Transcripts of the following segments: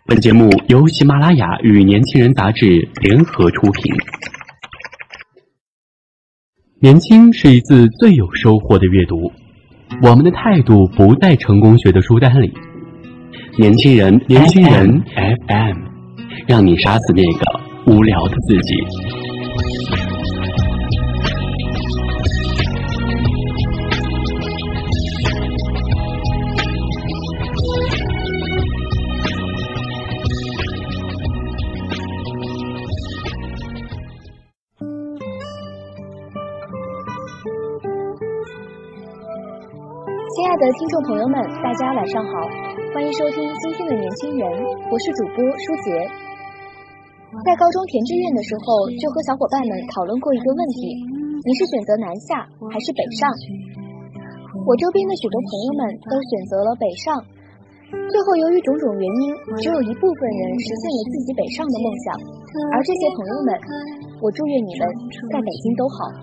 本节目由喜马拉雅与年轻人杂志联合出品。年轻是一次最有收获的阅读，我们的态度不在成功学的书单里。年轻人 FM， 让你杀死那个无聊的自己。 亲爱的听众朋友们，大家晚上好，欢迎收听今天的年轻人，我是主播舒洁。在高中填志愿的时候，就和小伙伴们讨论过一个问题，你是选择南下还是北上？我周边的许多朋友们都选择了北上，最后由于种种原因，只有一部分人实现了自己北上的梦想，而这些朋友们，我祝愿你们在北京都好。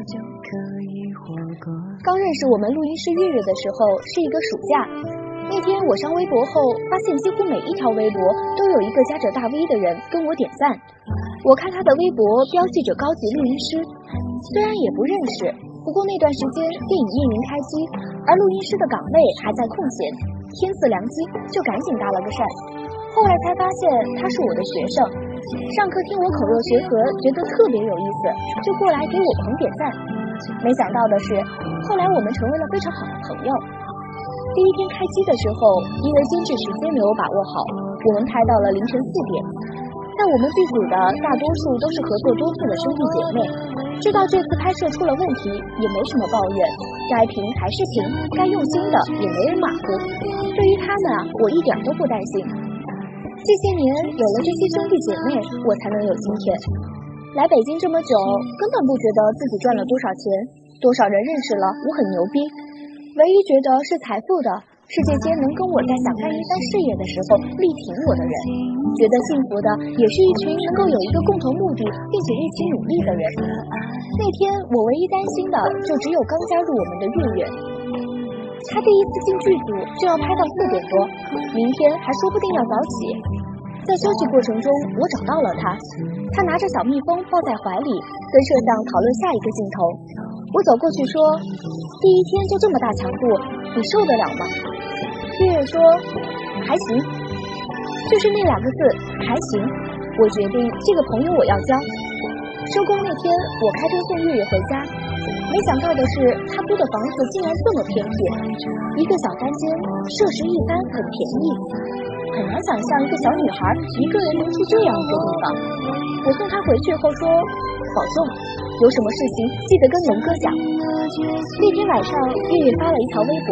刚认识我们录音师月月的时候是一个暑假，那天我上微博后发现几乎每一条微博都有一个夹着大 V 的人跟我点赞。我看他的微博标记着高级录音师，虽然也不认识，不过那段时间电影面临开机，而录音师的岗位还在空闲，天赐良机，就赶紧搭了个讪。后来才发现他是我的学生，上课听我口若悬河，觉得特别有意思，就过来给我狂点赞。没想到的是，后来我们成为了非常好的朋友。第一天开机的时候，因为监制时间没有把握好，我们拍到了凌晨4点。但我们剧组的大多数都是合作多次的兄弟姐妹，知道这次拍摄出了问题，也没什么抱怨，该停还是停，该用心的也没人马虎。对于他们我一点都不担心。这些年有了这些兄弟姐妹，我才能有今天。来北京这么久，根本不觉得自己赚了多少钱，多少人认识了，我很牛逼。唯一觉得是财富的，是这些能跟我在想干一番事业的时候力挺我的人。觉得幸福的，也是一群能够有一个共同目的，并且一起努力的人。那天我唯一担心的，就只有刚加入我们的月月。他第一次进剧组就要拍到4点多，明天还说不定要早起。在休息过程中，我找到了他，他拿着小蜜蜂抱在怀里，跟摄像讨论下一个镜头。我走过去说，第一天就这么大强度，你受得了吗？月月说，还行。就是那2个字，还行。我决定这个朋友我要交。收工那天，我开车送月月回家，没想到的是，他租的房子竟然这么偏僻，一个小单间，设施一般，很便宜。很难想象一个小女孩一个人能住这样一个地方。我送她回去后说，保重，有什么事情记得跟龙哥讲。那天晚上，月月发了一条微博，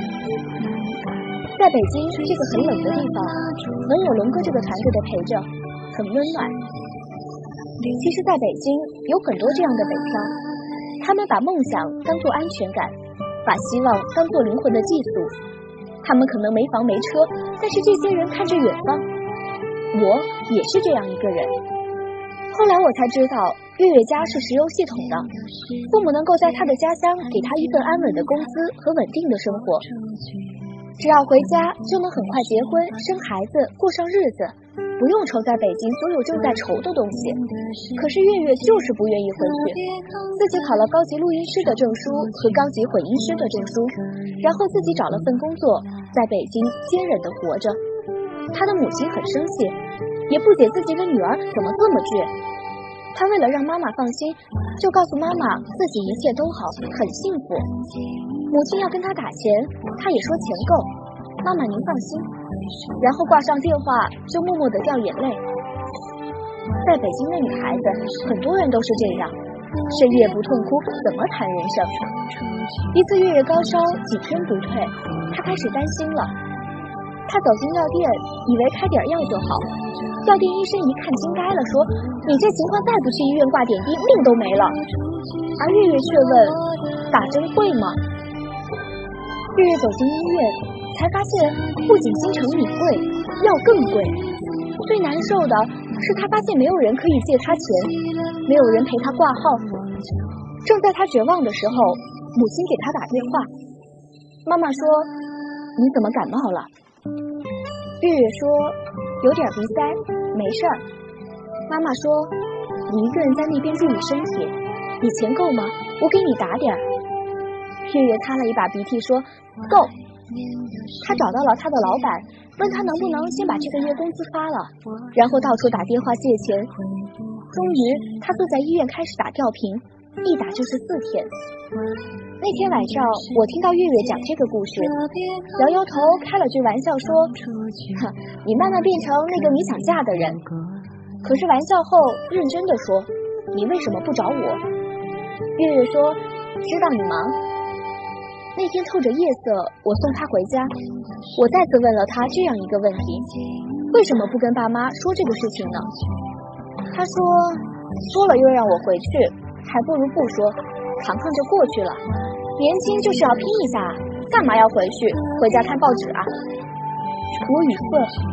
在北京这个很冷的地方，能有龙哥这个团队的陪着，很温暖。其实在北京有很多这样的北漂，他们把梦想当作安全感，把希望当作灵魂的寄宿。他们可能没房没车，但是这些人看着远方。我也是这样一个人。后来我才知道，月月家是石油系统的，父母能够在他的家乡给他一份安稳的工资和稳定的生活，只要回家就能很快结婚生孩子过上日子，不用愁在北京所有正在愁的东西。可是月月就是不愿意回去，自己考了高级录音师的证书和高级混音师的证书，然后自己找了份工作，在北京坚韧地活着。他的母亲很生气，也不解自己的女儿怎么这么倔。他为了让妈妈放心，就告诉妈妈自己一切都好，很幸福。母亲要跟他打钱，他也说钱够，妈妈您放心。然后挂上电话就默默地掉眼泪。在北京的女孩子，很多人都是这样，深夜不痛哭，怎么谈人生？一次月月高烧几天不退，她开始担心了。她走进药店，以为开点药就好。药店医生一看惊呆了，说：“你这情况再不去医院挂点滴，命都没了。”而月月却问：“打针会吗？”月月走进医院，才发现不仅新成米贵，药更贵。最难受的是，他发现没有人可以借他钱，没有人陪他挂号。正在他绝望的时候，母亲给他打电话，妈妈说：“你怎么感冒了？”月月说：“ 有点鼻塞，没事儿。妈妈说，你一个人在那边注意身体，你钱够吗？我给你打点儿。月月擦了一把鼻涕说，够。他找到了他的老板，问他能不能先把这个月工资发了，然后到处打电话借钱。终于他坐在医院开始打吊瓶，一打就是4天。那天晚上我听到月月讲这个故事，摇摇头开了句玩笑说，你慢慢变成那个你想嫁的人。可是玩笑后认真的说，你为什么不找我？月月说，知道你忙。那天透着夜色，我送他回家，我再次问了他这样一个问题，为什么不跟爸妈说这个事情呢？他说了又让我回去，还不如不说，扛扛就过去了。年轻就是要拼一下，干嘛要回去？回家看报纸啊？我语塞。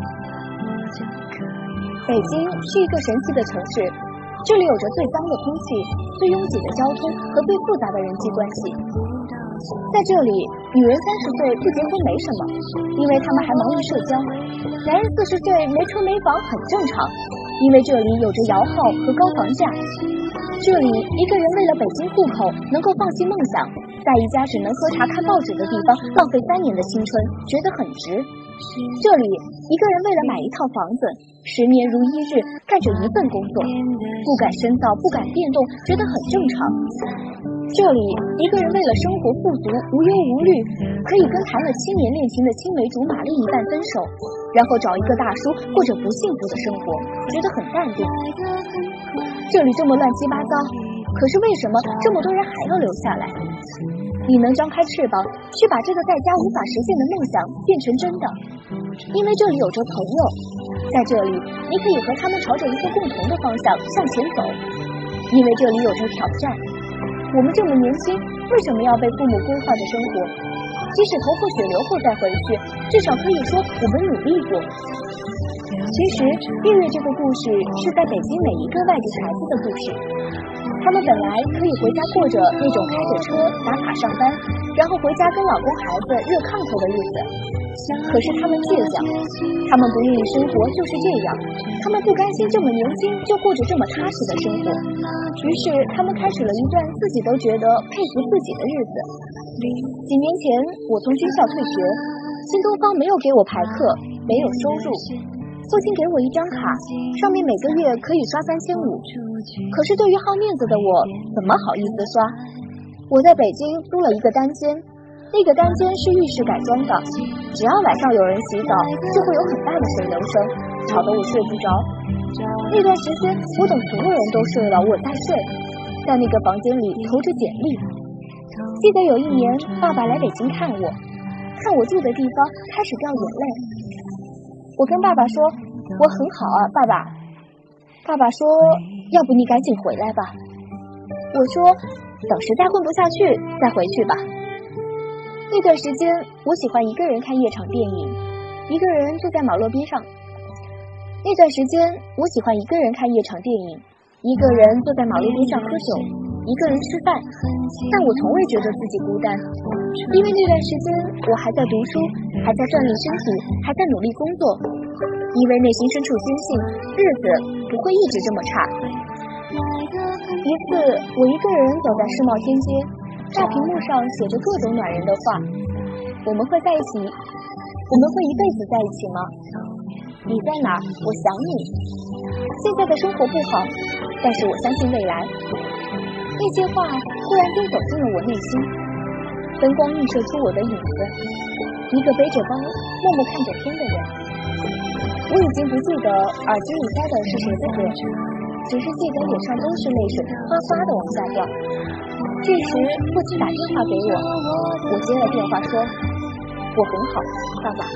北京是一个神奇的城市，这里有着最脏的空气、最拥挤的交通和最复杂的人际关系。在这里，女人30岁不结婚没什么，因为她们还忙于社交；男人40岁没车没房很正常，因为这里有着摇号和高房价。这里一个人为了北京户口能够放弃梦想，在一家只能喝茶看报纸的地方浪费3年的青春，觉得很值。这里一个人为了买一套房子，10年如一日干着一份工作，不敢深造，不敢变动，觉得很正常。这里一个人为了生活富足，无忧无虑，可以跟谈了7年恋情的青梅竹马另一半分手，然后找一个大叔过着不幸福的生活，觉得很淡定。这里这么乱七八糟，可是为什么这么多人还要留下来？你能张开翅膀去把这个在家无法实现的梦想变成真的，因为这里有着朋友，在这里你可以和他们朝着一个共同的方向向前走，因为这里有着挑战。我们这么年轻，为什么要被父母规划的生活？即使头破血流后再回去，至少可以说我们努力过。其实月月这个故事是在北京每一个外地孩子的故事，他们本来可以回家过着那种开着车打卡上班，然后回家跟老公孩子热炕头的日子，可是他们倔强，他们不愿意生活就是这样，他们不甘心这么年轻就过着这么踏实的生活，于是他们开始了一段自己都觉得佩服自己的日子。几年前我从军校退学，新东方没有给我排课，没有收入，父亲给我一张卡，上面每个月可以刷3500，可是对于好面子的我怎么好意思刷？我在北京租了一个单间，那个单间是浴室改装的，只要晚上有人洗澡就会有很大的水流声，吵得我睡不着。那段时间我等所有人都睡了我再睡，在那个房间里投着简历。记得有一年爸爸来北京看我，看我住的地方开始掉眼泪。我跟爸爸说我很好啊爸爸。爸爸说要不你赶紧回来吧。我说等实在混不下去再回去吧。那段时间我喜欢一个人看夜场电影，一个人坐在马路边上。那段时间我喜欢一个人看夜场电影，一个人坐在马路边上喝酒，一个人吃饭，但我从未觉得自己孤单，因为那段时间我还在读书，还在锻炼身体，还在努力工作，因为内心深处坚信日子不会一直这么差。一次我一个人走在世贸天阶，大屏幕上写着各种暖人的话，我们会在一起，我们会一辈子在一起吗？你在哪？我想你。现在的生活不好，但是我相信未来。那些话忽然间走进了我内心，灯光映射出我的影子，一个背着包默默看着天的人。我已经不记得耳机里塞的是谁的歌，只是记得脸上都是泪水哗哗的往下掉。这时父亲打电话给我，我接了电话说我很好爸爸。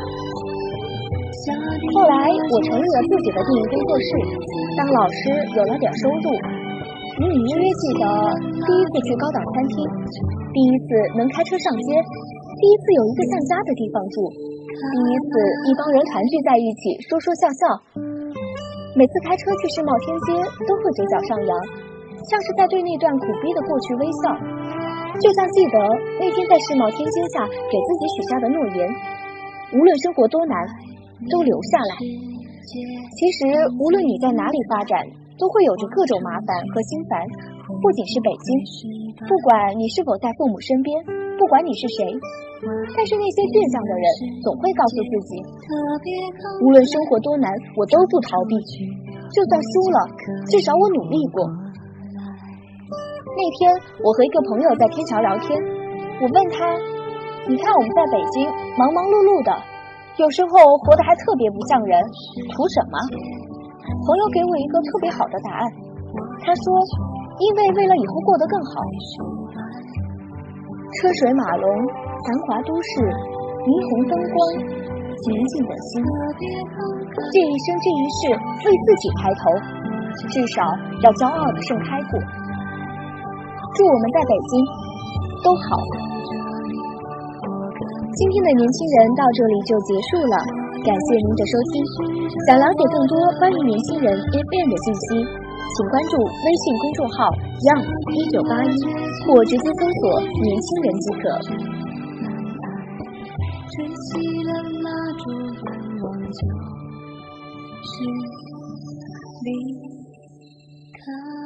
后来我成立了自己的电影工作室，当老师有了点收入，隐隐约约记得第一次去高档餐厅，第一次能开车上街，第一次有一个像家的地方住，第一次一帮人团聚在一起说说笑笑。每次开车去世贸天阶都会嘴角上扬，像是在对那段苦逼的过去微笑，就像记得那天在世贸天阶下给自己许下的诺言，无论生活多难都留下来， 其实无论你在哪里发展，都会有着各种麻烦和心烦，不仅是北京，不管你是否在父母身边，不管你是谁，但是那些倔强的人总会告诉自己，无论生活多难，我都不逃避，就算输了，至少我努力过。那天我和一个朋友在天桥聊天，我问他，你看我们在北京忙忙碌碌的，有时候活得还特别不像人，图什么？朋友给我一个特别好的答案，他说，因为为了以后过得更好。车水马龙，繁华都市，霓虹灯光，宁静的心。这一生这一世，为自己抬头，至少要骄傲地盛开过。祝我们在北京都好。今天的年轻人到这里就结束了，感谢您的收听。想了解更多关于年轻人 FM 的信息，请关注微信公众号 Young1981 或直接搜索年轻人即可。 吹熄了蜡烛，愿望就是离开。